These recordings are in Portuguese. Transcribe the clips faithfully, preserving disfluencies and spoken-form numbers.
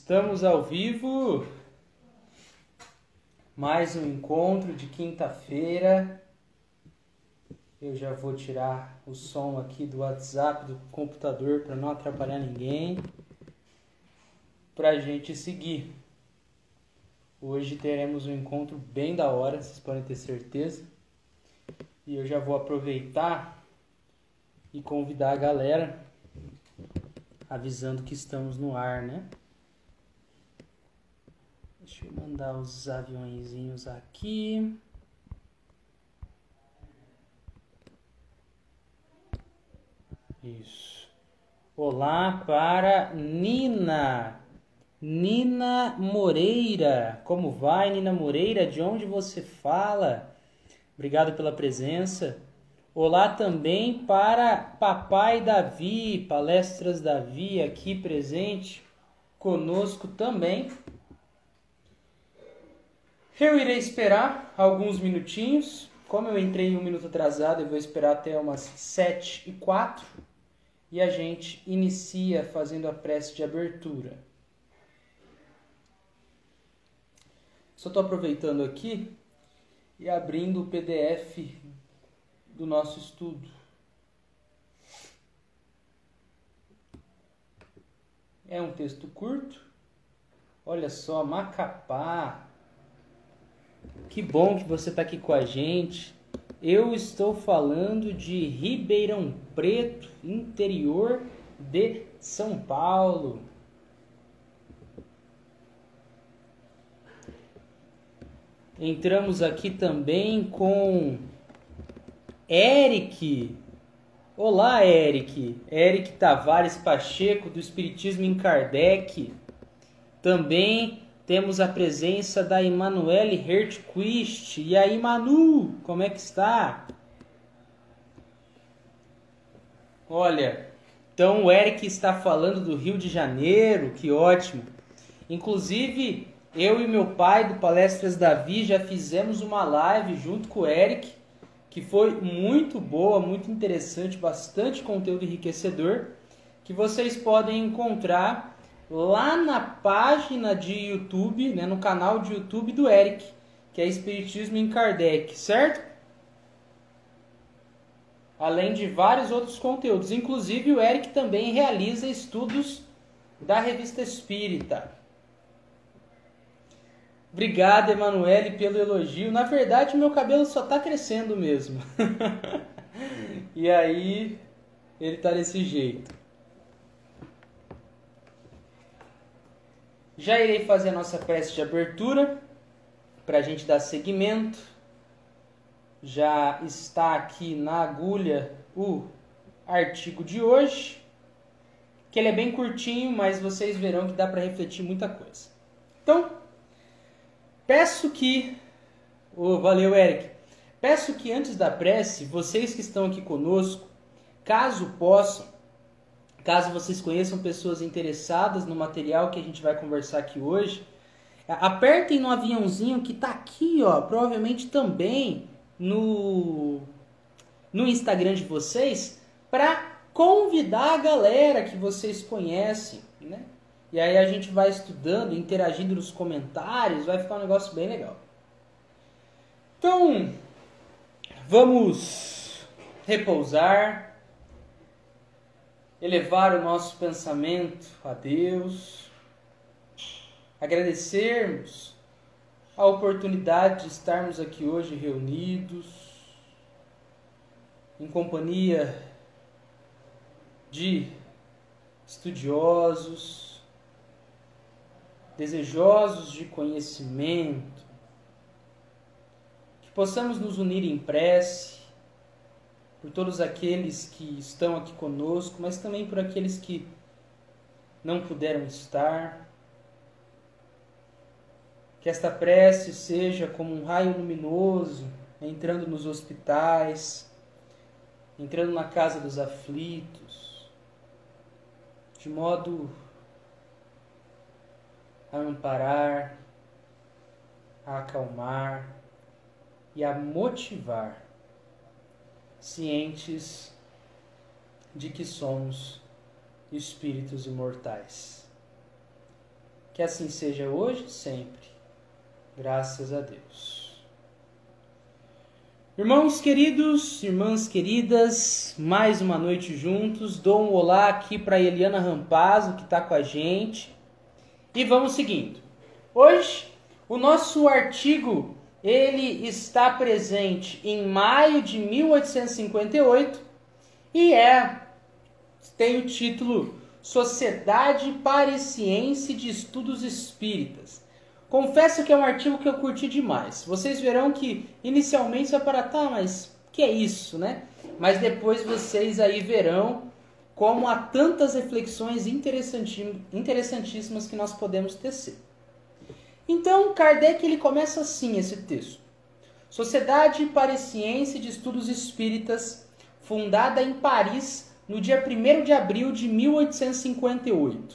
Estamos ao vivo, mais um encontro de quinta-feira. Eu já vou tirar o som aqui do WhatsApp, do computador, para não atrapalhar ninguém, para a gente seguir. Hoje teremos um encontro bem da hora, vocês podem ter certeza. E eu já vou aproveitar e convidar a galera, avisando que estamos no ar, né? Deixa eu mandar os aviõezinhos aqui. Isso. Olá para Nina. Nina Moreira. Como vai, Nina Moreira? De onde você fala? Obrigado pela presença. Olá também para Papai Davi, Palestras Davi aqui presente conosco também. Eu irei esperar alguns minutinhos. Como eu entrei um minuto atrasado, eu vou esperar até umas sete e quatro. E a gente inicia fazendo a prece de abertura. Só estou aproveitando aqui e abrindo o P D F do nosso estudo. É um texto curto. Olha só, Macapá. Que bom que você está aqui com a gente. Eu estou falando de Ribeirão Preto, interior de São Paulo. Entramos aqui também com Eric. Olá, Eric. Eric Tavares Pacheco, do Espiritismo em Kardec. Também temos a presença da Emanuele Hertquist. E aí, Manu, como é que está? Olha, então o Eric está falando do Rio de Janeiro, que ótimo. Inclusive, eu e meu pai do Palestras Davi já fizemos uma live junto com o Eric, que foi muito boa, muito interessante, bastante conteúdo enriquecedor, que vocês podem encontrar lá na página de YouTube, né, no canal de YouTube do Eric, que é Espiritismo em Kardec, certo? Além de vários outros conteúdos. Inclusive o Eric também realiza estudos da Revista Espírita. Obrigado, Emanuele, pelo elogio. Na verdade, meu cabelo só está crescendo mesmo. E aí, ele está desse jeito. Já irei fazer a nossa prece de abertura para a gente dar seguimento. Já está aqui na agulha o artigo de hoje, que ele é bem curtinho, mas vocês verão que dá para refletir muita coisa. Então, peço que... Oh, valeu, Eric. Peço que antes da prece, vocês que estão aqui conosco, caso possam, caso vocês conheçam pessoas interessadas no material que a gente vai conversar aqui hoje, apertem no aviãozinho que está aqui, ó, provavelmente também no, no Instagram de vocês, para convidar a galera que vocês conhecem, né? E aí a gente vai estudando, interagindo nos comentários, vai ficar um negócio bem legal. Então, vamos repousar, elevar o nosso pensamento a Deus, agradecermos a oportunidade de estarmos aqui hoje reunidos, em companhia de estudiosos, desejosos de conhecimento, que possamos nos unir em prece, por todos aqueles que estão aqui conosco, mas também por aqueles que não puderam estar. Que esta prece seja como um raio luminoso, entrando nos hospitais, entrando na casa dos aflitos, de modo a amparar, a acalmar e a motivar, cientes de que somos espíritos imortais. Que assim seja hoje e sempre. Graças a Deus. Irmãos queridos, irmãs queridas, mais uma noite juntos. Dou um olá aqui para Eliana Rampazzo, que está com a gente. E vamos seguindo. Hoje, o nosso artigo, ele está presente em maio de mil oitocentos e cinquenta e oito e é, tem o título Sociedade Parisiense de Estudos Espíritas. Confesso que é um artigo que eu curti demais. Vocês verão que inicialmente você vai parar, tá, mas que é isso, né? Mas depois vocês aí verão como há tantas reflexões interessantíssimas que nós podemos tecer. Então, Kardec ele começa assim esse texto. Sociedade Parisiense de Estudos Espíritas, fundada em Paris no dia primeiro de abril de mil oitocentos e cinquenta e oito.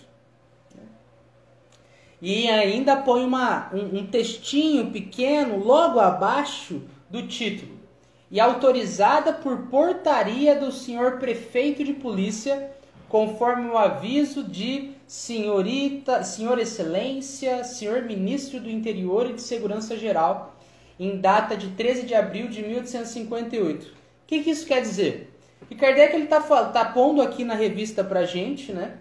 E ainda põe uma, um, um textinho pequeno logo abaixo do título. E autorizada por portaria do senhor prefeito de polícia, conforme o aviso de senhorita, senhor excelência, senhor ministro do interior e de segurança geral, em data de treze de abril de mil oitocentos e cinquenta e oito. O que, que isso quer dizer? E Kardec está tá pondo aqui na revista para gente, né,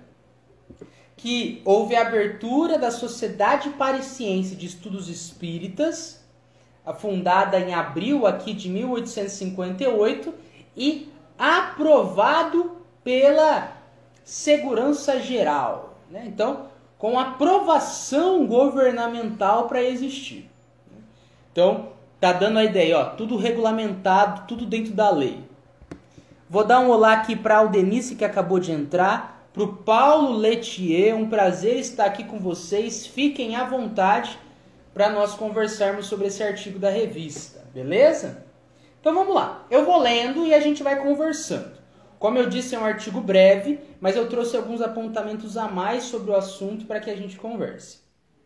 que houve a abertura da Sociedade Parisiense de Estudos Espíritas, fundada em abril aqui de mil oitocentos e cinquenta e oito e aprovado pela Segurança Geral, né? Então, com aprovação governamental para existir. Então, tá dando a ideia, ó, tudo regulamentado, tudo dentro da lei. Vou dar um olá aqui para a Aldenice, que acabou de entrar, para o Paulo Letier, um prazer estar aqui com vocês, fiquem à vontade para nós conversarmos sobre esse artigo da revista, beleza? Então vamos lá, eu vou lendo e a gente vai conversando. Como eu disse, é um artigo breve, mas eu trouxe alguns apontamentos a mais sobre o assunto para que a gente converse.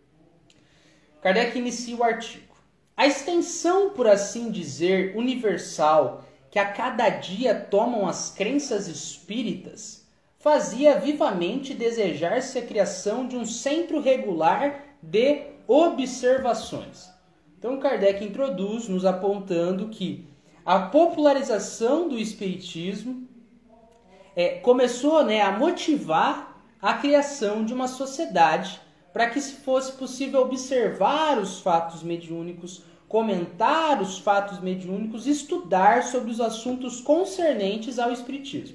Kardec inicia o artigo. A extensão, por assim dizer, universal, que a cada dia tomam as crenças espíritas, fazia vivamente desejar-se a criação de um centro regular de observações. Então Kardec introduz nos apontando que a popularização do espiritismo é, começou, né, a motivar a criação de uma sociedade para que se fosse possível observar os fatos mediúnicos, comentar os fatos mediúnicos, estudar sobre os assuntos concernentes ao espiritismo.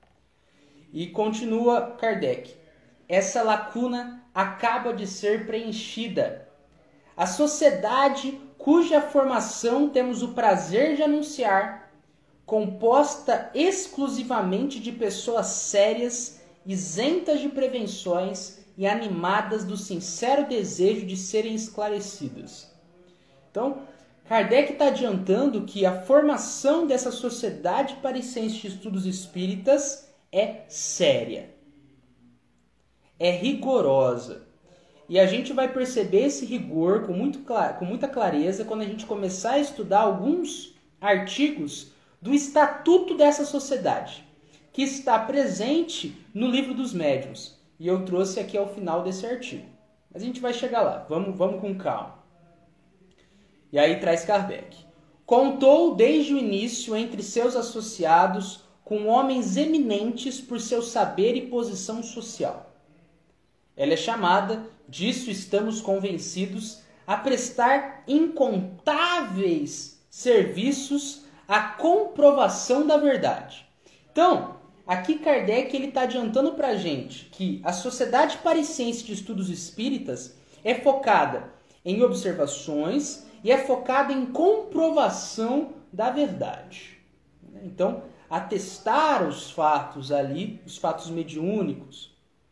E continua Kardec. Essa lacuna acaba de ser preenchida. A sociedade cuja formação temos o prazer de anunciar, composta exclusivamente de pessoas sérias, isentas de prevenções e animadas do sincero desejo de serem esclarecidas. Então, Kardec está adiantando que a formação dessa Sociedade Parisiense de Estudos Espíritas é séria, é rigorosa. E a gente vai perceber esse rigor com, muito, com muita clareza quando a gente começar a estudar alguns artigos do Estatuto dessa sociedade, que está presente no Livro dos Médiuns. E eu trouxe aqui ao final desse artigo. Mas a gente vai chegar lá, vamos, vamos com calma. E aí traz Kardec. Contou desde o início entre seus associados com homens eminentes por seu saber e posição social. Ela é chamada, disso estamos convencidos, a prestar incontáveis serviços à comprovação da verdade. Então, aqui Kardec está adiantando para a gente que a Sociedade Parisiense de Estudos Espíritas é focada em observações e é focada em comprovação da verdade. Então, atestar os fatos ali, os fatos mediúnicos.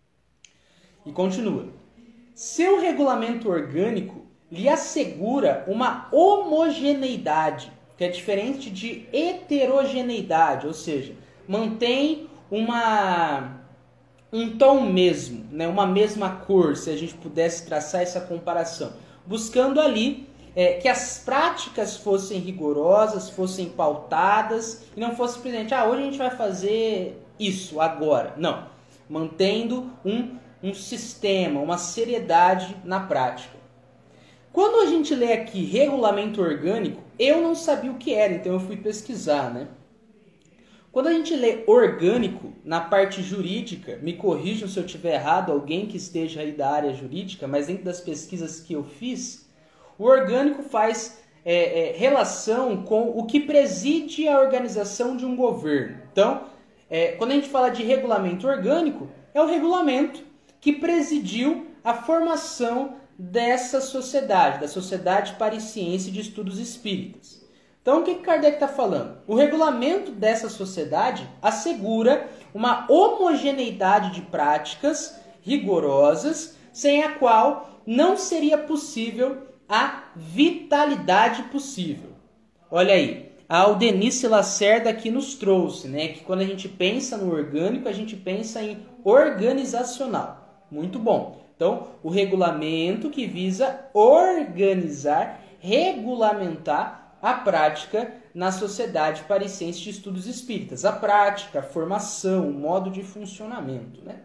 E continua. Seu regulamento orgânico lhe assegura uma homogeneidade, que é diferente de heterogeneidade, ou seja, mantém uma, um tom mesmo, né? Uma mesma cor, se a gente pudesse traçar essa comparação, buscando ali é, que as práticas fossem rigorosas, fossem pautadas, e não fosse simplesmente, ah, hoje a gente vai fazer isso agora. Não, mantendo um um sistema, uma seriedade na prática. Quando a gente lê aqui regulamento orgânico, eu não sabia o que era, então eu fui pesquisar, né? Quando a gente lê orgânico na parte jurídica, me corrijam se eu estiver errado, alguém que esteja aí da área jurídica, mas dentro das pesquisas que eu fiz, o orgânico faz é, é, relação com o que preside a organização de um governo. Então, é, quando a gente fala de regulamento orgânico, é o regulamento que presidiu a formação dessa sociedade, da Sociedade Parisiense de Estudos Espíritas. Então, o que Kardec está falando? O regulamento dessa sociedade assegura uma homogeneidade de práticas rigorosas, sem a qual não seria possível a vitalidade possível. Olha aí, a Aldenice Lacerda aqui nos trouxe, né, que quando a gente pensa no orgânico, a gente pensa em organizacional. Muito bom. Então, o regulamento que visa organizar, regulamentar a prática na Sociedade Parisiense de Estudos Espíritas. A prática, a formação, o modo de funcionamento, né?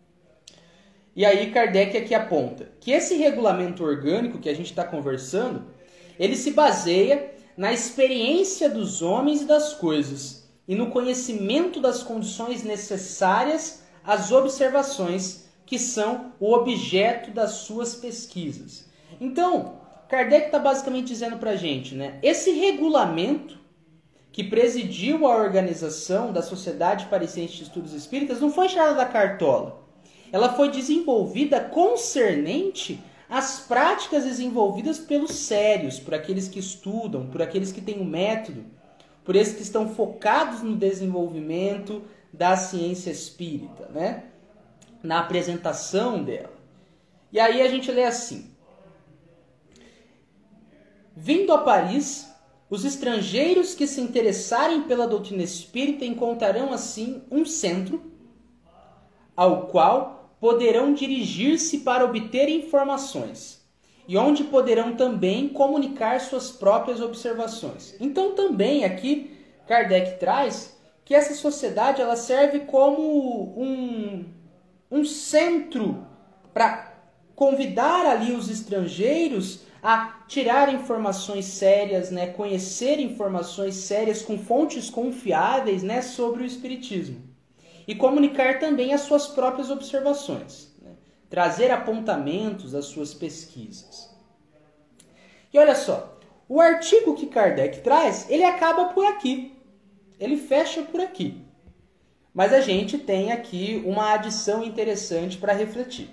E aí Kardec aqui aponta que esse regulamento orgânico que a gente está conversando, ele se baseia na experiência dos homens e das coisas e no conhecimento das condições necessárias às observações que são o objeto das suas pesquisas. Então, Kardec está basicamente dizendo para a gente, né? Esse regulamento que presidiu a organização da Sociedade Parisiense de Estudos Espíritas não foi tirada da cartola. Ela foi desenvolvida concernente às práticas desenvolvidas pelos sérios, por aqueles que estudam, por aqueles que têm um método, por esses que estão focados no desenvolvimento da ciência espírita, né? Na apresentação dela. E aí a gente lê assim: vindo a Paris, os estrangeiros que se interessarem pela doutrina espírita encontrarão assim um centro ao qual poderão dirigir-se para obter informações e onde poderão também comunicar suas próprias observações. Então também aqui Kardec traz que essa sociedade ela serve como um, um centro para convidar ali os estrangeiros a tirar informações sérias, né, conhecer informações sérias com fontes confiáveis, né, sobre o espiritismo. E comunicar também as suas próprias observações, né, trazer apontamentos às suas pesquisas. E olha só, o artigo que Kardec traz, ele acaba por aqui. Ele fecha por aqui. Mas a gente tem aqui uma adição interessante para refletir.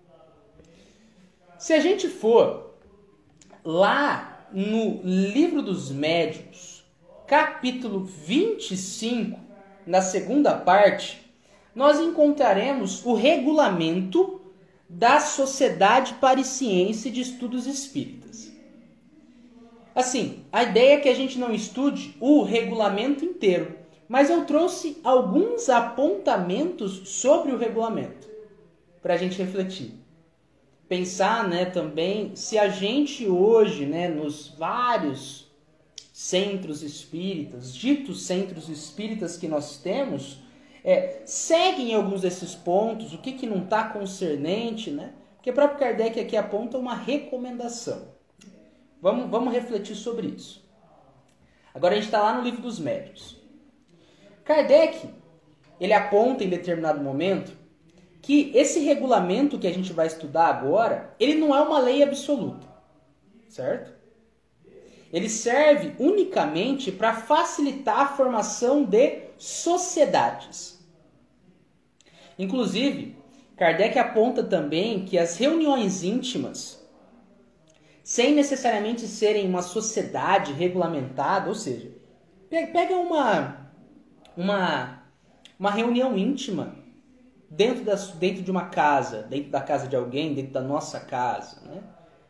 Se a gente for lá no Livro dos Médiuns, capítulo vinte e cinco, na segunda parte, nós encontraremos o regulamento da Sociedade Parisiense de Estudos Espíritas. Assim, a ideia é que a gente não estude o regulamento inteiro, mas eu trouxe alguns apontamentos sobre o regulamento para a gente refletir. Pensar, né, também se a gente hoje, né, nos vários centros espíritas, ditos centros espíritas que nós temos, é, seguem alguns desses pontos, o que, que não está concernente, né? Porque o próprio Kardec aqui aponta uma recomendação. Vamos, vamos refletir sobre isso. Agora a gente está lá no Livro dos Médiuns. Kardec, ele aponta em determinado momento que esse regulamento que a gente vai estudar agora, ele não é uma lei absoluta, certo? Ele serve unicamente para facilitar a formação de sociedades. Inclusive, Kardec aponta também que as reuniões íntimas, sem necessariamente serem uma sociedade regulamentada, ou seja, pega uma, uma, uma reunião íntima dentro, da, dentro de uma casa, dentro da casa de alguém, dentro da nossa casa, né?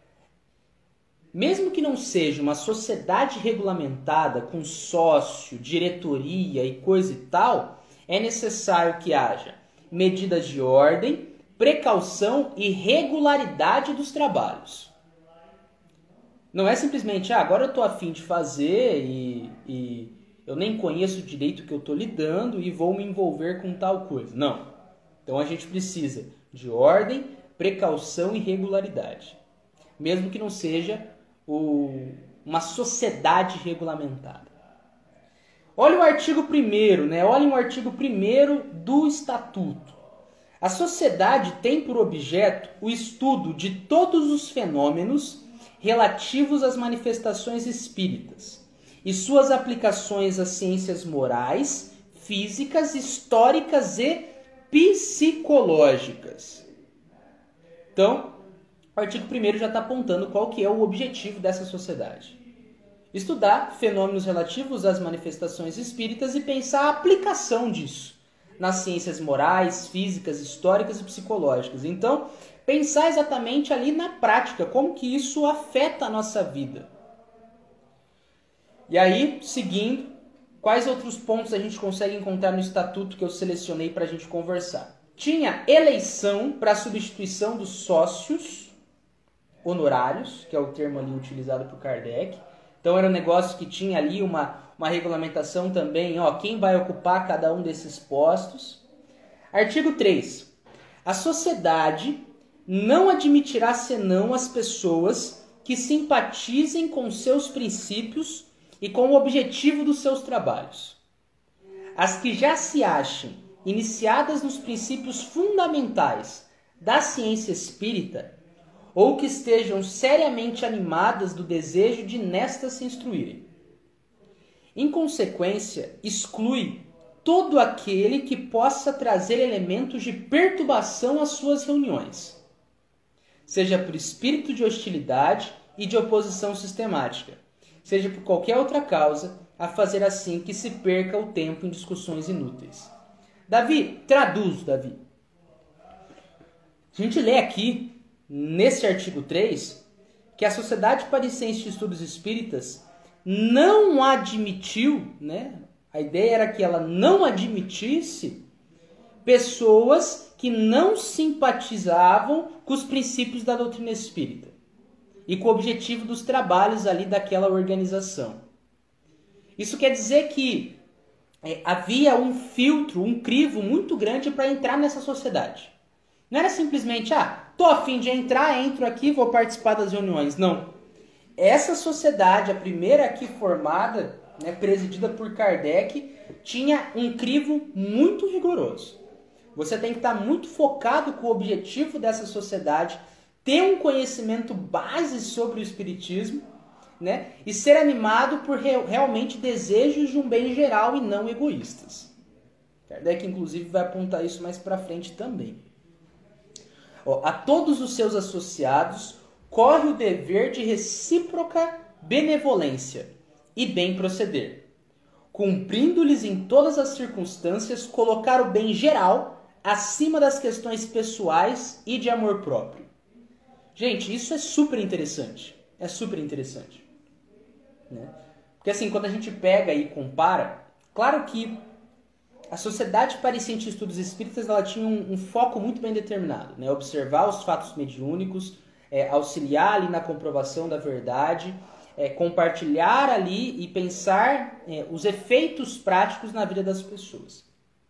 Mesmo que não seja uma sociedade regulamentada com sócio, diretoria e coisa e tal, é necessário que haja medidas de ordem, precaução e regularidade dos trabalhos. Não é simplesmente, ah, agora eu estou a fim de fazer e, e eu nem conheço direito o que eu estou lidando e vou me envolver com tal coisa. Não. Então a gente precisa de ordem, precaução e regularidade. Mesmo que não seja o, uma sociedade regulamentada. Olha o artigo primeiro, né? Olhem o artigo primeiro do Estatuto. A sociedade tem por objeto o estudo de todos os fenômenos relativos às manifestações espíritas e suas aplicações às ciências morais, físicas, históricas e psicológicas. Então, o artigo primeiro já está apontando qual que é o objetivo dessa sociedade. Estudar fenômenos relativos às manifestações espíritas e pensar a aplicação disso nas ciências morais, físicas, históricas e psicológicas. Então, pensar exatamente ali na prática, como que isso afeta a nossa vida. E aí, seguindo, quais outros pontos a gente consegue encontrar no estatuto que eu selecionei para a gente conversar? Tinha eleição para substituição dos sócios honorários, que é o termo ali utilizado por Kardec. Então era um negócio que tinha ali uma, uma regulamentação também, ó, quem vai ocupar cada um desses postos. Artigo três. A sociedade não admitirá senão as pessoas que simpatizem com seus princípios e com o objetivo dos seus trabalhos. As que já se achem iniciadas nos princípios fundamentais da ciência espírita ou que estejam seriamente animadas do desejo de nestas se instruírem. Em consequência, exclui todo aquele que possa trazer elementos de perturbação às suas reuniões, seja por espírito de hostilidade e de oposição sistemática, seja por qualquer outra causa, a fazer assim que se perca o tempo em discussões inúteis. Davi, traduz, Davi. A gente lê aqui, nesse artigo três, que a Sociedade Parisiense de Estudos Espíritas não admitiu, né? A ideia era que ela não admitisse pessoas que não simpatizavam com os princípios da doutrina espírita e com o objetivo dos trabalhos ali daquela organização. Isso quer dizer que é, havia um filtro, um crivo muito grande para entrar nessa sociedade. Não era simplesmente, ah, tô a fim de entrar, entro aqui, vou participar das reuniões. Não. Essa sociedade, a primeira aqui formada, né, presidida por Kardec, tinha um crivo muito rigoroso. Você tem que estar muito focado com o objetivo dessa sociedade, ter um conhecimento base sobre o espiritismo, né, e ser animado por re- realmente desejos de um bem geral e não egoístas. Kardec, inclusive, vai apontar isso mais para frente também. Ó, a todos os seus associados corre o dever de recíproca benevolência e bem proceder, cumprindo-lhes em todas as circunstâncias colocar o bem geral acima das questões pessoais e de amor próprio. Gente, isso é super interessante. É super interessante. Né? Porque assim, quando a gente pega e compara, claro que a Sociedade Parisiense de Estudos Espíritas ela tinha um, um foco muito bem determinado, né? Observar os fatos mediúnicos, é, auxiliar ali na comprovação da verdade, é, compartilhar ali e pensar é, os efeitos práticos na vida das pessoas.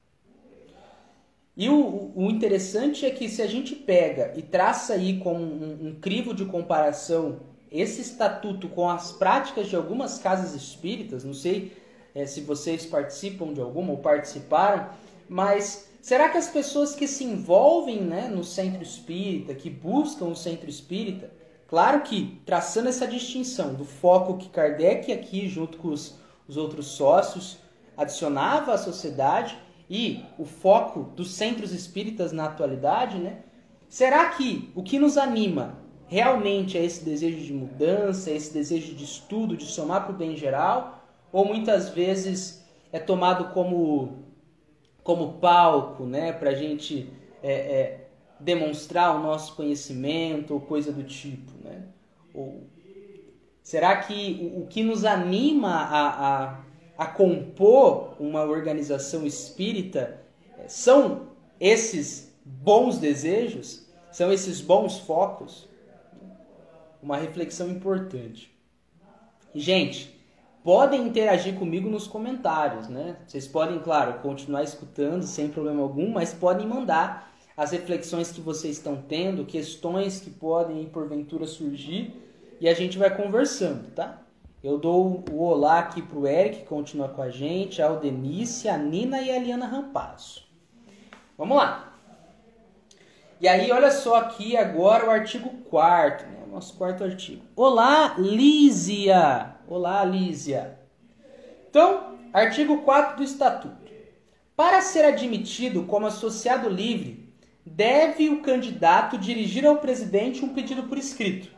E o, o interessante é que se a gente pega e traça aí como um, um crivo de comparação esse estatuto com as práticas de algumas casas espíritas, não sei é, se vocês participam de alguma ou participaram, mas será que as pessoas que se envolvem, né, no centro espírita, que buscam o centro espírita, claro que traçando essa distinção do foco que Kardec aqui, junto com os, os outros sócios, adicionava à sociedade e o foco dos centros espíritas na atualidade, né? Será que o que nos anima realmente é esse desejo de mudança, esse desejo de estudo, de somar para o bem geral? Ou muitas vezes é tomado como, como palco, né? Para a gente é, é, demonstrar o nosso conhecimento ou coisa do tipo, né? Ou será que o, o que nos anima a... a a compor uma organização espírita são esses bons desejos, são esses bons focos? Uma reflexão importante. E, gente, podem interagir comigo nos comentários, né? Vocês podem, claro, continuar escutando sem problema algum, mas podem mandar as reflexões que vocês estão tendo, questões que podem, porventura, surgir, e a gente vai conversando, tá? Eu dou o olá aqui para o Eric, que continua com a gente, a Aldenice, a Nina e a Eliana Rampazzo. Vamos lá. E aí, olha só aqui agora o artigo quarto, né? O nosso quarto artigo. Olá, Lísia! Olá, Lísia! Então, artigo quatro do Estatuto. Para ser admitido como associado livre, deve o candidato dirigir ao presidente um pedido por escrito,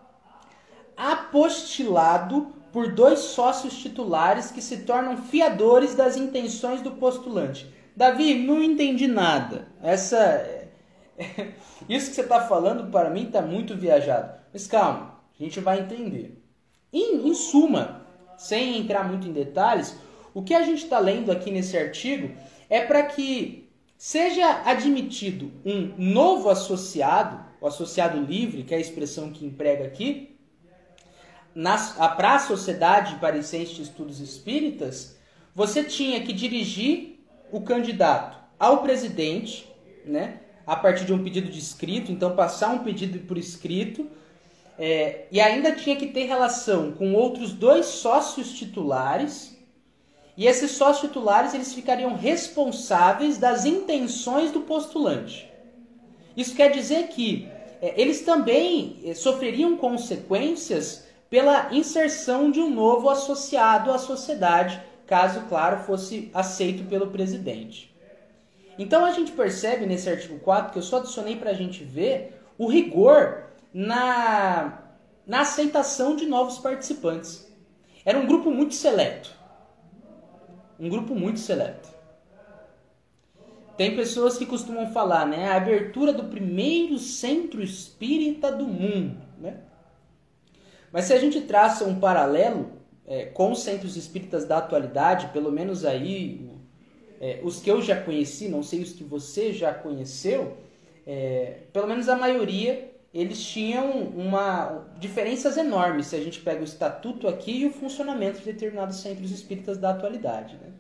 apostilado por dois sócios titulares que se tornam fiadores das intenções do postulante. Davi, não entendi nada. Essa, isso que você está falando para mim está muito viajado. Mas calma, a gente vai entender. Em, em suma, sem entrar muito em detalhes, o que a gente está lendo aqui nesse artigo é para que seja admitido um novo associado, o associado livre, que é a expressão que emprega aqui, para a Sociedade Parisiense de Estudos Espíritas, você tinha que dirigir o candidato ao presidente, né, a partir de um pedido de escrito, então passar um pedido por escrito, é, e ainda tinha que ter relação com outros dois sócios titulares, e esses sócios titulares eles ficariam responsáveis das intenções do postulante. Isso quer dizer que é, eles também é, sofreriam consequências pela inserção de um novo associado à sociedade, caso, claro, fosse aceito pelo presidente. Então a gente percebe nesse artigo quatro, que eu só adicionei para a gente ver, o rigor na, na aceitação de novos participantes. Era um grupo muito seleto. Um grupo muito seleto. Tem pessoas que costumam falar, né, a abertura do primeiro centro espírita do mundo, né? Mas se a gente traça um paralelo é, com os centros espíritas da atualidade, pelo menos aí é, os que eu já conheci, não sei os que você já conheceu, é, pelo menos a maioria, eles tinham uma, diferenças enormes se a gente pega o estatuto aqui e o funcionamento de determinados centros espíritas da atualidade, né?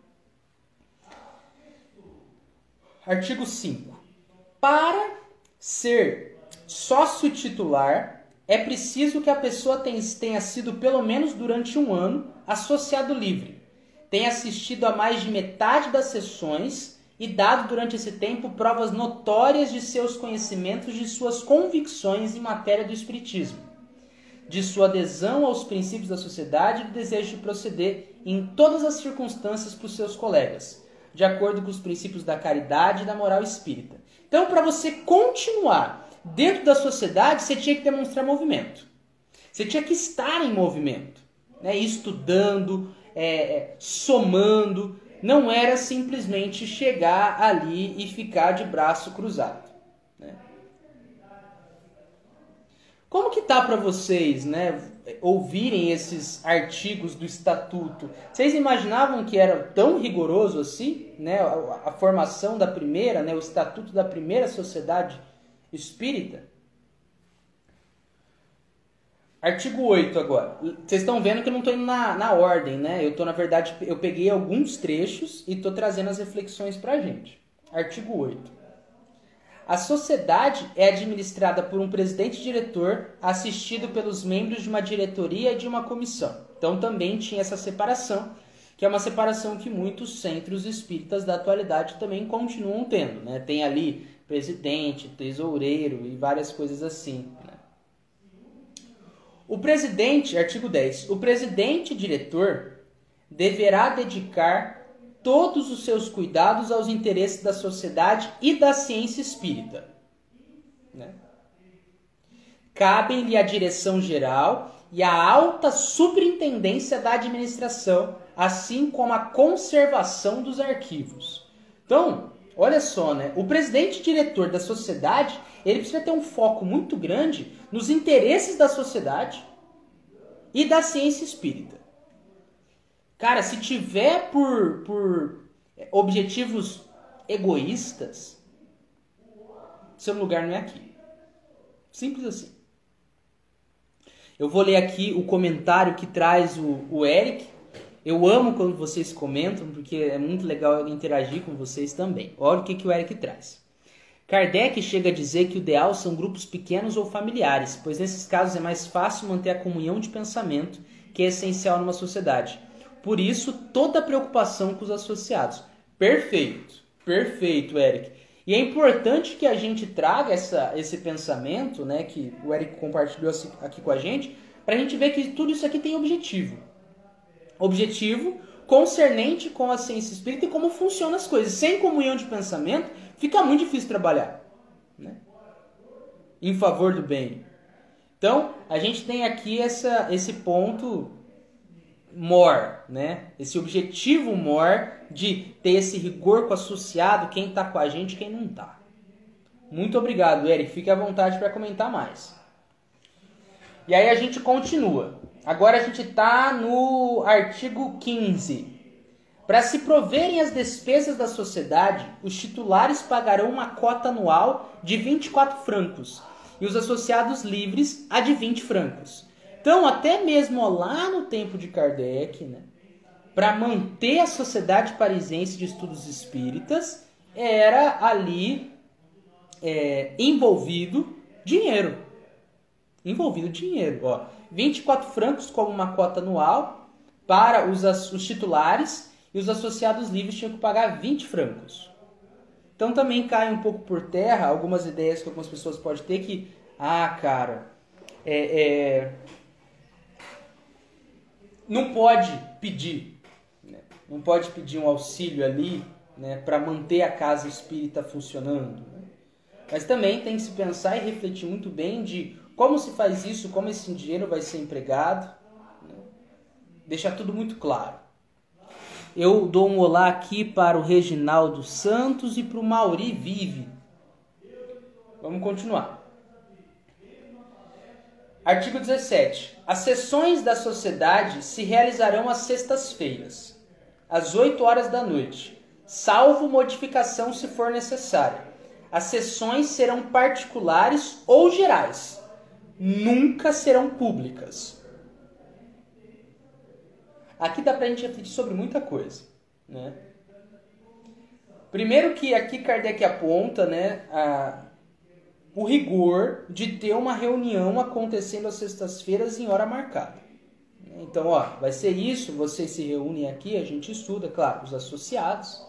Artigo cinco. Para ser sócio titular, é preciso que a pessoa tenha sido pelo menos durante um ano associado livre, tenha assistido a mais de metade das sessões e dado durante esse tempo provas notórias de seus conhecimentos, de suas convicções em matéria do espiritismo, de sua adesão aos princípios da sociedade e do desejo de proceder em todas as circunstâncias para os seus colegas, de acordo com os princípios da caridade e da moral espírita. Então, para você continuar dentro da sociedade, você tinha que demonstrar movimento. Você tinha que estar em movimento, né? Estudando, é, somando. Não era simplesmente chegar ali e ficar de braço cruzado, né? Como que tá para vocês, né, ouvirem esses artigos do Estatuto? Vocês imaginavam que era tão rigoroso assim, né, a, a formação da primeira, né, o Estatuto da primeira sociedade espírita? Artigo oito agora. Vocês estão vendo que eu não estou indo na, na ordem, né? Eu tô, na verdade, eu peguei alguns trechos e estou trazendo as reflexões para a gente. Artigo oito. A sociedade é administrada por um presidente-diretor assistido pelos membros de uma diretoria e de uma comissão. Então também tinha essa separação, que é uma separação que muitos centros espíritas da atualidade também continuam tendo, né? Tem ali presidente, tesoureiro e várias coisas assim, né? O presidente, artigo dez, o presidente-diretor deverá dedicar todos os seus cuidados aos interesses da sociedade e da ciência espírita, né? Cabem-lhe a direção geral e a alta superintendência da administração, assim como a conservação dos arquivos. Então, olha só, né? O presidente-diretor da sociedade, ele precisa ter um foco muito grande nos interesses da sociedade e da ciência espírita. Cara, se tiver por, por objetivos egoístas, seu lugar não é aqui. Simples assim. Eu vou ler aqui o comentário que traz o, o Eric. Eu amo quando vocês comentam, porque é muito legal interagir com vocês também. Olha o que, que o Eric traz. Kardec chega a dizer que o ideal são grupos pequenos ou familiares, pois nesses casos é mais fácil manter a comunhão de pensamento, que é essencial numa sociedade. Por isso, toda a preocupação com os associados. Perfeito, perfeito, Eric. E é importante que a gente traga essa, esse pensamento, né, que o Eric compartilhou aqui com a gente, para a gente ver que tudo isso aqui tem objetivo. Objetivo concernente com a ciência espírita e como funcionam as coisas. Sem comunhão de pensamento, fica muito difícil trabalhar, né, em favor do bem. Então, a gente tem aqui essa, esse ponto mor, né? Esse objetivo mor de ter esse rigor com o associado, quem está com a gente e quem não está. Muito obrigado, Eric. Fique à vontade para comentar mais. E aí a gente continua. Agora a gente está no artigo quinze. Para se proverem as despesas da sociedade, os titulares pagarão uma cota anual de vinte e quatro francos e os associados livres a de vinte francos. Então, até mesmo lá no tempo de Kardec, né, para manter a Sociedade Parisiense de Estudos Espíritas, era ali é, envolvido dinheiro. Envolvido dinheiro. Ó, vinte e quatro francos como uma cota anual para os, os titulares e os associados livres tinham que pagar vinte francos. Então também cai um pouco por terra algumas ideias que algumas pessoas podem ter que, ah, cara, é... é não pode pedir, né? Não pode pedir um auxílio ali, né, para manter a casa espírita funcionando. Né? Mas também tem que se pensar e refletir muito bem de como se faz isso, como esse dinheiro vai ser empregado. Né? Deixar tudo muito claro. Eu dou um olá aqui para o Reginaldo Santos e para o Mauri Vive. Vamos continuar. Artigo dezessete. As sessões da sociedade se realizarão às sextas-feiras, às oito horas da noite, salvo modificação se for necessária. As sessões serão particulares ou gerais. Nunca serão públicas. Aqui dá pra gente refletir sobre muita coisa, né? Primeiro que aqui Kardec aponta, né, a o rigor de ter uma reunião acontecendo às sextas-feiras em hora marcada. Então, ó, vai ser isso, vocês se reúnem aqui, a gente estuda, claro, os associados.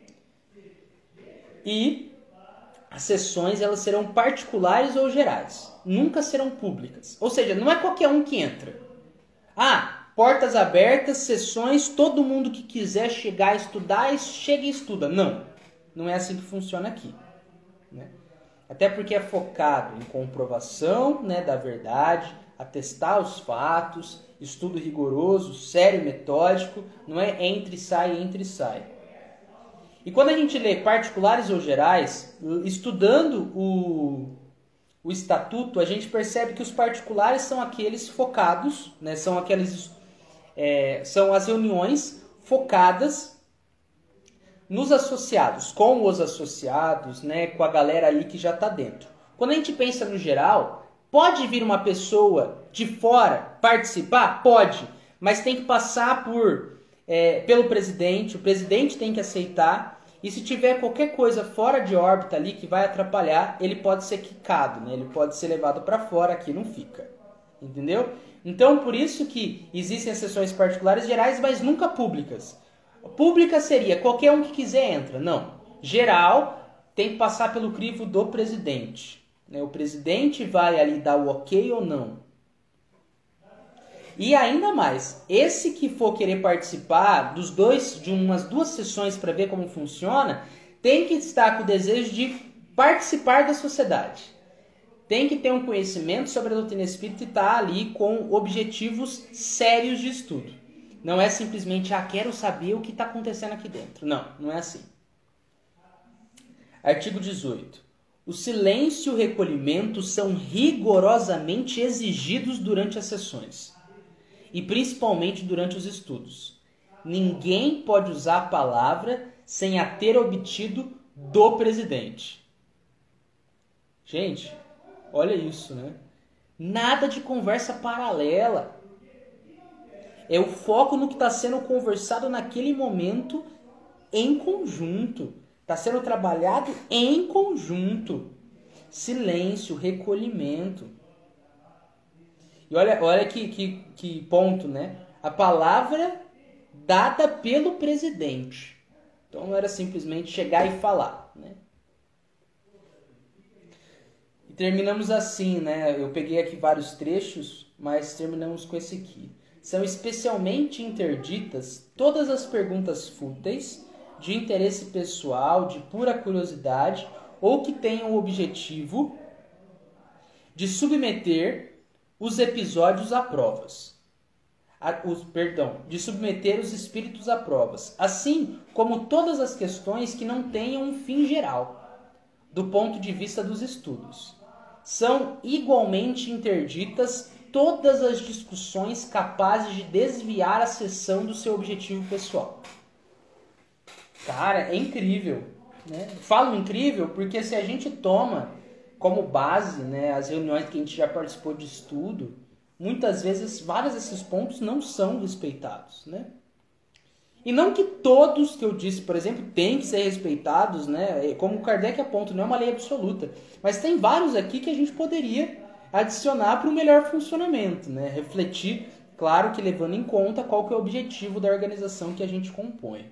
E as sessões, elas serão particulares ou gerais. Nunca serão públicas. Ou seja, não é qualquer um que entra. Ah, portas abertas, sessões, todo mundo que quiser chegar a estudar, chega e estuda. Não, não é assim que funciona aqui, né? Até porque é focado em comprovação, né, da verdade, atestar os fatos, estudo rigoroso, sério e metódico, não é entre e sai, entre e sai. E quando a gente lê particulares ou gerais, estudando o, o estatuto, a gente percebe que os particulares são aqueles focados, né, são, aqueles, é, são as reuniões focadas nos associados, com os associados, né, com a galera ali que já está dentro. Quando a gente pensa no geral, pode vir uma pessoa de fora participar? Pode, mas tem que passar por, é, pelo presidente, o presidente tem que aceitar, e se tiver qualquer coisa fora de órbita ali que vai atrapalhar, ele pode ser quicado, né, ele pode ser levado para fora, aqui não fica, entendeu? Então, por isso que existem as sessões particulares e gerais, mas nunca públicas. Pública seria qualquer um que quiser entra. Não. Geral tem que passar pelo crivo do presidente. O presidente vai ali dar o ok ou não. E ainda mais, esse que for querer participar dos dois, de umas duas sessões para ver como funciona, tem que estar com o desejo de participar da sociedade. Tem que ter um conhecimento sobre a doutrina espírita e estar ali com objetivos sérios de estudo. Não é simplesmente, ah, quero saber o que está acontecendo aqui dentro. Não, não é assim. Artigo dezoito. O silêncio e o recolhimento são rigorosamente exigidos durante as sessões. E principalmente durante os estudos. Ninguém pode usar a palavra sem a ter obtido do presidente. Gente, olha isso, né? Nada de conversa paralela. É o foco no que está sendo conversado naquele momento em conjunto. Está sendo trabalhado em conjunto. Silêncio, recolhimento. E olha, olha que, que, que ponto, né? A palavra dada pelo presidente. Então não era simplesmente chegar e falar, né? E terminamos assim, né? Eu peguei aqui vários trechos, mas terminamos com esse aqui. São especialmente interditas todas as perguntas fúteis, de interesse pessoal, de pura curiosidade, ou que tenham o objetivo de submeter os episódios a provas. A, os, perdão, de submeter os espíritos a provas, assim como todas as questões que não tenham um fim geral, do ponto de vista dos estudos. São igualmente interditas todas as discussões capazes de desviar a sessão do seu objetivo pessoal. Cara, é incrível, né? Falo incrível porque se a gente toma como base, né, as reuniões que a gente já participou de estudo, muitas vezes vários desses pontos não são respeitados, né? E não que todos que eu disse, por exemplo, têm que ser respeitados, né? Como o Kardec aponta, não é uma lei absoluta, mas tem vários aqui que a gente poderia adicionar para o melhor funcionamento, né? Refletir, claro que levando em conta qual que é o objetivo da organização que a gente compõe.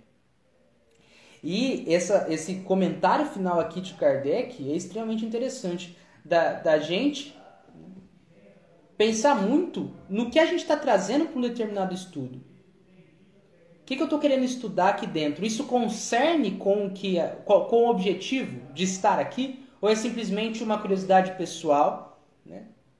E essa, esse comentário final aqui de Kardec é extremamente interessante, da, da gente pensar muito no que a gente está trazendo para um determinado estudo. O que, que eu estou querendo estudar aqui dentro? Isso concerne com, que, com o objetivo de estar aqui? Ou é simplesmente uma curiosidade pessoal? Né?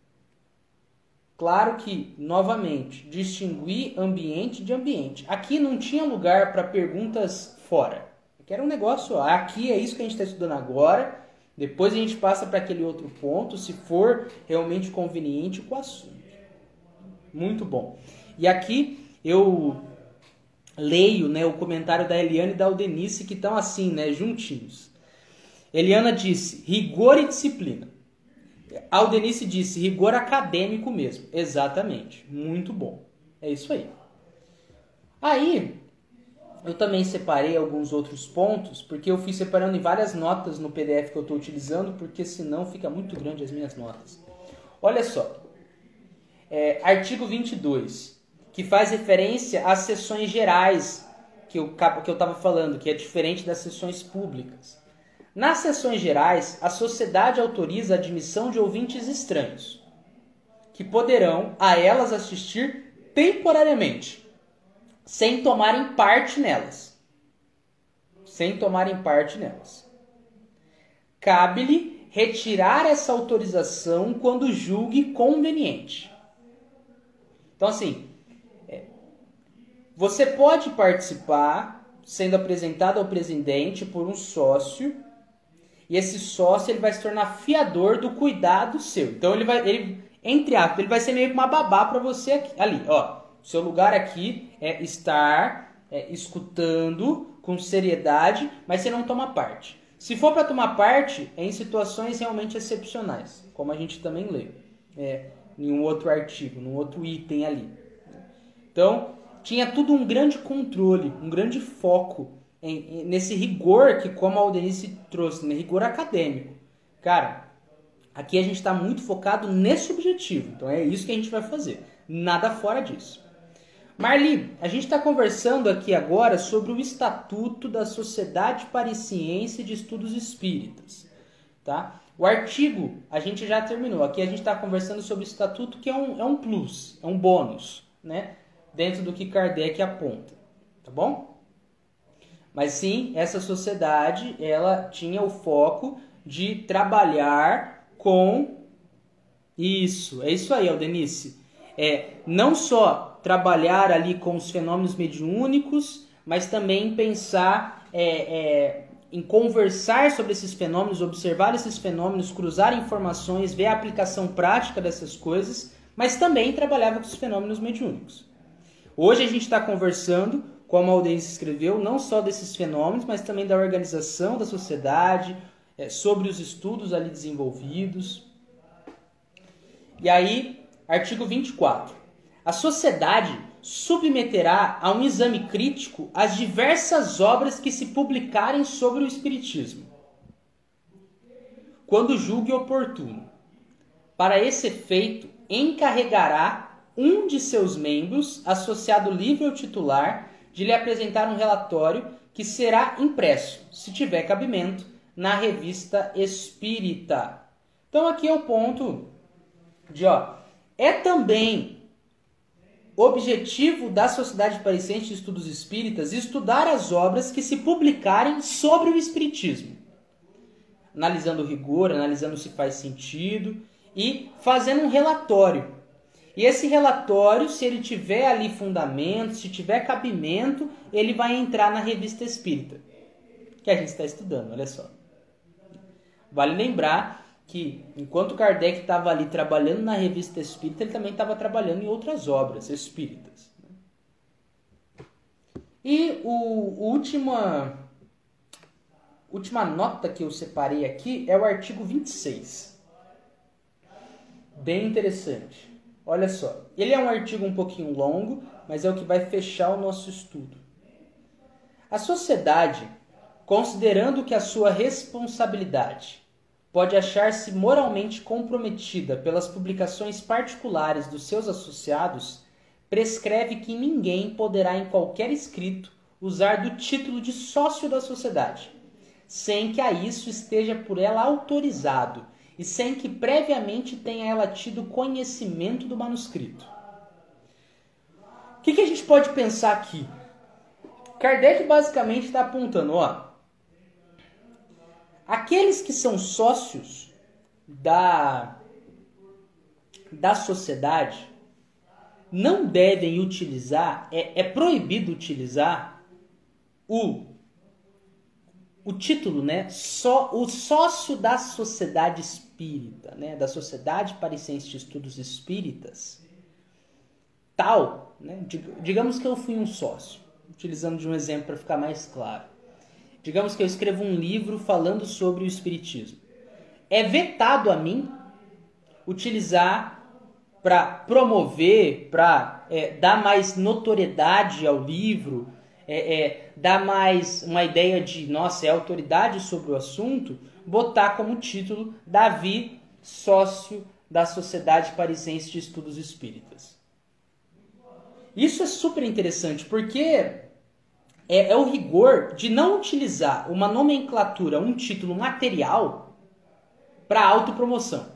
Claro que, novamente, distinguir ambiente de ambiente. Aqui não tinha lugar para perguntas fora. Que era um negócio, ó, aqui é isso que a gente está estudando agora, depois a gente passa para aquele outro ponto, se for realmente conveniente com o assunto. Muito bom. E aqui eu leio, né, o comentário da Eliane e da Aldenice, que estão assim, né, juntinhos. Eliana disse, rigor e disciplina. Aldenice disse, rigor acadêmico mesmo. Exatamente. Muito bom. É isso aí. Aí... eu também separei alguns outros pontos, porque eu fui separando em várias notas no P D F que eu estou utilizando, porque senão fica muito grande as minhas notas. Olha só, é, artigo vinte e dois, que faz referência às sessões gerais que eu que eu estava falando, que é diferente das sessões públicas. Nas sessões gerais, a sociedade autoriza a admissão de ouvintes estranhos, que poderão a elas assistir temporariamente, sem tomarem parte nelas. Sem tomarem parte nelas. Cabe-lhe retirar essa autorização quando julgue conveniente. Então, assim, é, você pode participar sendo apresentado ao presidente por um sócio, e esse sócio ele vai se tornar fiador do cuidado seu. Então, ele vai, ele, entre aspas, ele vai ser meio que uma babá para você aqui, ali, ó. Seu lugar aqui é estar é, escutando com seriedade, mas você não toma parte. Se for para tomar parte, é em situações realmente excepcionais, como a gente também lê é, em um outro artigo, num outro item ali. Então, tinha tudo um grande controle, um grande foco em, em, nesse rigor que, como a Aldenice trouxe, né, rigor acadêmico. Cara, aqui a gente está muito focado nesse objetivo, então é isso que a gente vai fazer, nada fora disso. Marli, a gente está conversando aqui agora sobre o Estatuto da Sociedade Parisiense de Estudos Espíritas. Tá? O artigo a gente já terminou. Aqui a gente está conversando sobre o Estatuto, que é um, é um plus, é um bônus, né? Dentro do que Kardec aponta. Tá bom? Mas sim, essa sociedade ela tinha o foco de trabalhar com isso. É isso aí, Aldenice. É, não só trabalhar ali com os fenômenos mediúnicos, mas também pensar é, é, em conversar sobre esses fenômenos, observar esses fenômenos, cruzar informações, ver a aplicação prática dessas coisas, mas também trabalhava com os fenômenos mediúnicos. Hoje a gente está conversando, como a Aldenice escreveu, não só desses fenômenos, mas também da organização da sociedade, é, sobre os estudos ali desenvolvidos. E aí, artigo vinte e quatro. A sociedade submeterá a um exame crítico as diversas obras que se publicarem sobre o Espiritismo, quando julgue oportuno. Para esse efeito, encarregará um de seus membros, associado livre ou titular, de lhe apresentar um relatório que será impresso, se tiver cabimento, na Revista Espírita. Então aqui é o ponto de, ó, é também objetivo da Sociedade Parecense de Estudos Espíritas estudar as obras que se publicarem sobre o Espiritismo, analisando o rigor, analisando se faz sentido e fazendo um relatório. E esse relatório, se ele tiver ali fundamento, se tiver cabimento, ele vai entrar na Revista Espírita, que a gente está estudando, olha só. Vale lembrar que, enquanto Kardec estava ali trabalhando na Revista Espírita, ele também estava trabalhando em outras obras espíritas. E o, o última, última nota que eu separei aqui é o artigo vinte e seis. Bem interessante. Olha só, ele é um artigo um pouquinho longo, mas é o que vai fechar o nosso estudo. A sociedade, considerando que a sua responsabilidade pode achar-se moralmente comprometida pelas publicações particulares dos seus associados, prescreve que ninguém poderá em qualquer escrito usar do título de sócio da sociedade, sem que a isso esteja por ela autorizado e sem que previamente tenha ela tido conhecimento do manuscrito. O que, que a gente pode pensar aqui? Kardec basicamente está apontando, ó, aqueles que são sócios da, da sociedade não devem utilizar, é, é proibido utilizar o o título, né, só o sócio da Sociedade Espírita, né, da Sociedade Parecense de Estudos Espíritas, tal, né, digamos que eu fui um sócio, utilizando de um exemplo para ficar mais claro. Digamos que eu escrevo um livro falando sobre o Espiritismo. É vetado a mim utilizar para promover, para é, dar mais notoriedade ao livro, É, é, dar mais uma ideia de, nossa, é autoridade sobre o assunto, botar como título Davi, sócio da Sociedade Parecense de Estudos Espíritas. Isso é super interessante, porque é, é o rigor de não utilizar uma nomenclatura, um título material para autopromoção.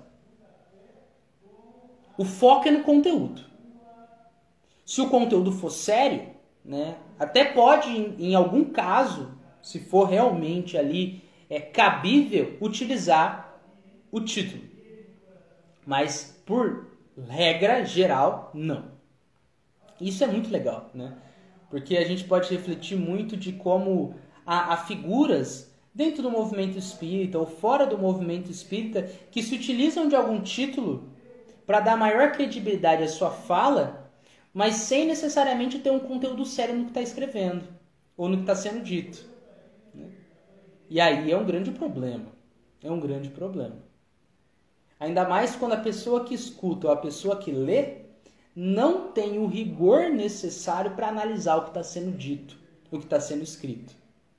O foco é no conteúdo. Se o conteúdo for sério, né, até pode, em, em algum caso, se for realmente ali é, cabível, utilizar o título. Mas, por regra geral, não. Isso é muito legal, né? Porque a gente pode refletir muito de como há, há figuras dentro do movimento espírita ou fora do movimento espírita que se utilizam de algum título para dar maior credibilidade à sua fala, mas sem necessariamente ter um conteúdo sério no que está escrevendo, ou no que está sendo dito. E aí é um grande problema. É um grande problema. Ainda mais quando a pessoa que escuta ou a pessoa que lê não tem o rigor necessário para analisar o que está sendo dito, o que está sendo escrito.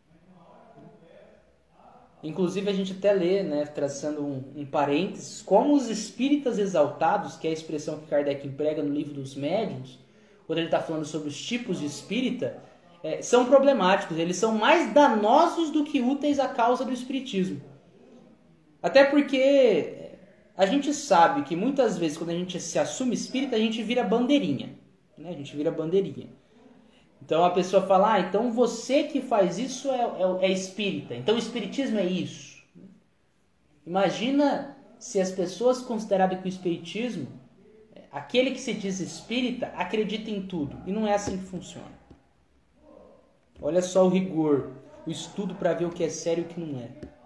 Inclusive a gente até lê, né, traçando um, um parênteses, como os espíritas exaltados, que é a expressão que Kardec emprega no livro dos médiuns, quando ele está falando sobre os tipos de espírita, é, são problemáticos, eles são mais danosos do que úteis à causa do espiritismo. Até porque a gente sabe que muitas vezes quando a gente se assume espírita, a gente vira bandeirinha, né? A gente vira bandeirinha. Então a pessoa fala, ah, então você que faz isso é, é, é espírita, então o espiritismo é isso. Imagina se as pessoas considerarem que o espiritismo, aquele que se diz espírita, acredita em tudo. E não é assim que funciona. Olha só o rigor, o estudo para ver o que é sério e o que não é.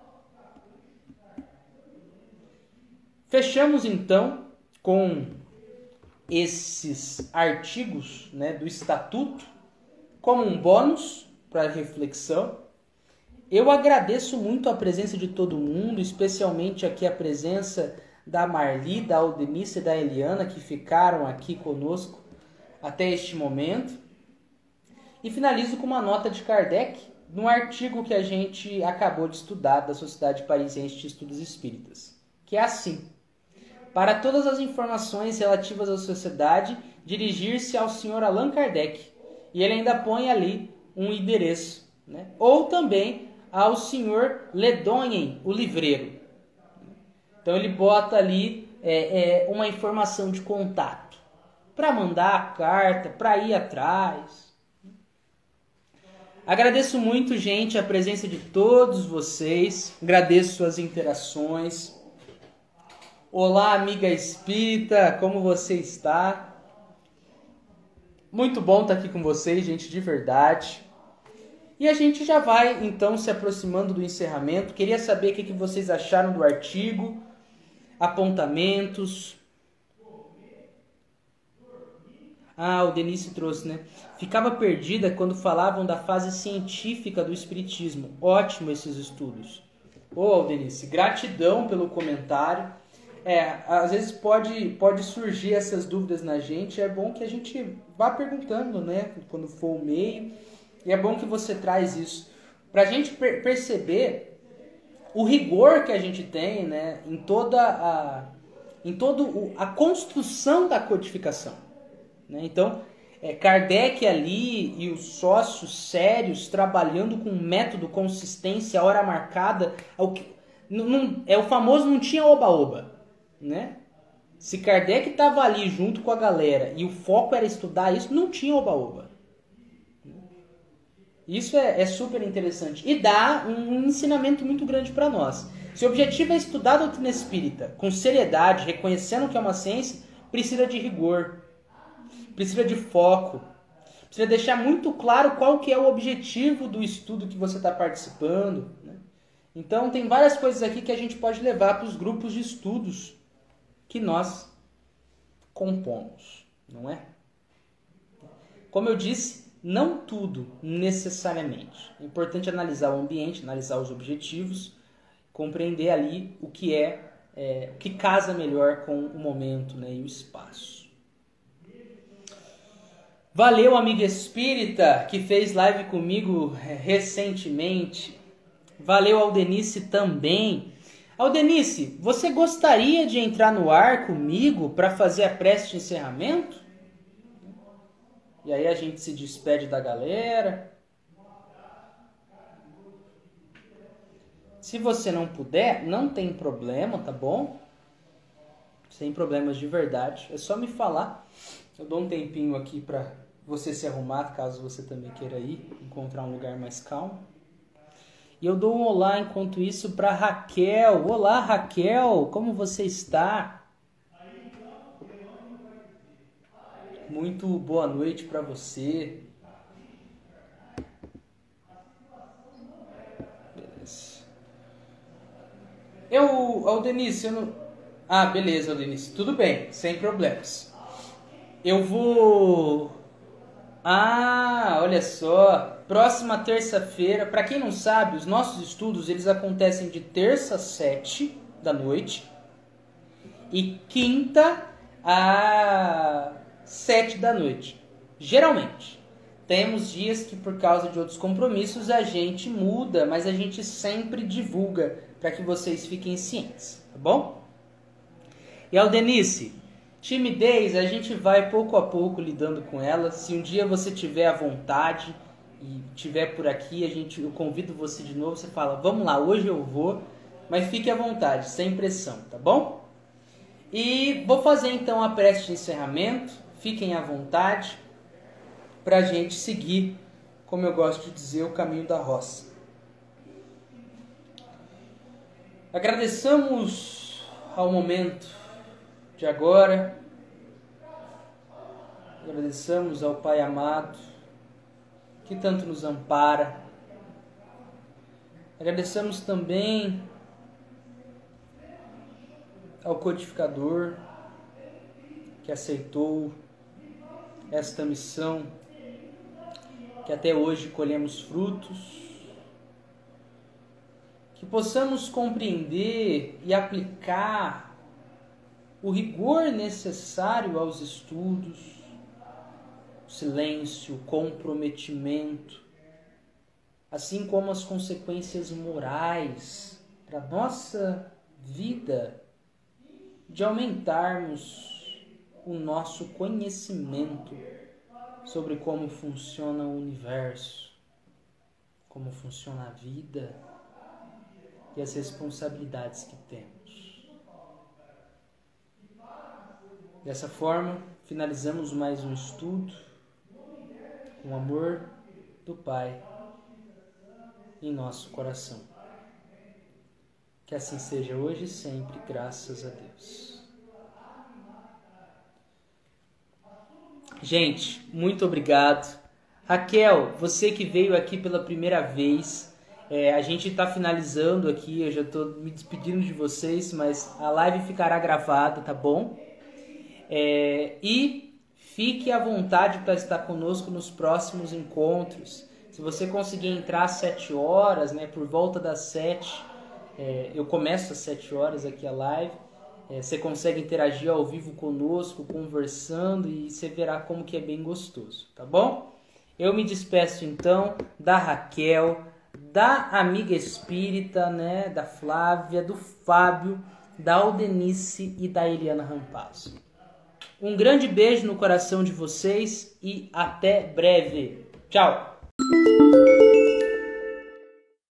Fechamos então com esses artigos, né, do Estatuto, como um bônus para reflexão. Eu agradeço muito a presença de todo mundo, especialmente aqui a presença da Marli, da Aldenice e da Eliana, que ficaram aqui conosco até este momento. E finalizo com uma nota de Kardec, num artigo que a gente acabou de estudar da Sociedade Parisiense de Estudos Espíritas, que é assim: para todas as informações relativas à sociedade, dirigir-se ao senhor Allan Kardec. E ele ainda põe ali um endereço, né? Ou também ao senhor Ledonhen, o livreiro. Então ele bota ali é, é, uma informação de contato para mandar a carta, para ir atrás. Agradeço muito, gente, a presença de todos vocês. Agradeço suas interações. Olá, amiga espírita, como você está? Muito bom estar aqui com vocês, gente, de verdade. E a gente já vai, então, se aproximando do encerramento. Queria saber o que vocês acharam do artigo, apontamentos. Ah, o Denise trouxe, né? Ficava perdida quando falavam da fase científica do espiritismo. Ótimo esses estudos. Ô, Denise, gratidão pelo comentário. É, às vezes pode, pode surgir essas dúvidas na gente. É bom que a gente vá perguntando, né? Quando for o meio. E é bom que você traz isso. Pra gente per- perceber o rigor que a gente tem, né? Em toda a, em todo a construção da codificação. Então, é, Kardec ali e os sócios sérios trabalhando com método, consistência, hora marcada, ao que, não, não, é o famoso não tinha oba-oba, né? Se Kardec estava ali junto com a galera e o foco era estudar isso, não tinha oba-oba. Isso é, é super interessante e dá um, um ensinamento muito grande para nós. Se o objetivo é estudar a doutrina espírita com seriedade, reconhecendo que é uma ciência, precisa de rigor. Precisa de foco, precisa deixar muito claro qual que é o objetivo do estudo que você está participando, né? Então tem várias coisas aqui que a gente pode levar para os grupos de estudos que nós compomos, não é? Como eu disse, não tudo necessariamente. É importante analisar o ambiente, analisar os objetivos, compreender ali o que é, é o que casa melhor com o momento, né, e o espaço. Valeu, amiga espírita, que fez live comigo recentemente. Valeu, Aldenice, também. Aldenice, você gostaria de entrar no ar comigo para fazer a prece de encerramento? E aí a gente se despede da galera. Se você não puder, não tem problema, tá bom? Sem problemas de verdade. É só me falar. Eu dou um tempinho aqui para você se arrumar, caso você também queira ir, encontrar um lugar mais calmo. E eu dou um olá enquanto isso para Raquel. Olá, Raquel, como você está? Muito boa noite para você. Beleza. Eu, Aldenice, eu não... Ah, beleza, Aldenice. Tudo bem, sem problemas. Eu vou... Ah, olha só, próxima terça-feira, para quem não sabe, os nossos estudos eles acontecem de terça às sete da noite e quinta às sete da noite. Geralmente, temos dias que por causa de outros compromissos a gente muda, mas a gente sempre divulga para que vocês fiquem cientes, tá bom? E Aldenice, timidez, a gente vai pouco a pouco lidando com ela. Se um dia você tiver à vontade e tiver por aqui, a gente, eu convido você de novo. Você fala, vamos lá, hoje eu vou. Mas fique à vontade, sem pressão, tá bom? E vou fazer então a prece de encerramento. Fiquem à vontade para a gente seguir, como eu gosto de dizer, o caminho da roça. Agradeçamos ao momento de agora, agradecemos ao Pai amado que tanto nos ampara, agradecemos também ao codificador que aceitou esta missão, que até hoje colhemos frutos, que possamos compreender e aplicar o rigor necessário aos estudos, silêncio, o comprometimento, assim como as consequências morais para a nossa vida, de aumentarmos o nosso conhecimento sobre como funciona o universo, como funciona a vida e as responsabilidades que temos. Dessa forma, finalizamos mais um estudo com o amor do Pai em nosso coração. Que assim seja hoje e sempre, graças a Deus. Gente, muito obrigado. Raquel, você que veio aqui pela primeira vez, é, a gente está finalizando aqui, eu já estou me despedindo de vocês, mas a live ficará gravada, tá bom? É, e fique à vontade para estar conosco nos próximos encontros. Se você conseguir entrar às sete horas, né, por volta das sete, é, eu começo às sete horas aqui a live, é, você consegue interagir ao vivo conosco, conversando, e você verá como que é bem gostoso, tá bom? Eu me despeço então da Raquel, da amiga espírita, né, da Flávia, do Fábio, da Aldenice e da Eliana Rampazzo. Um grande beijo no coração de vocês e até breve. Tchau!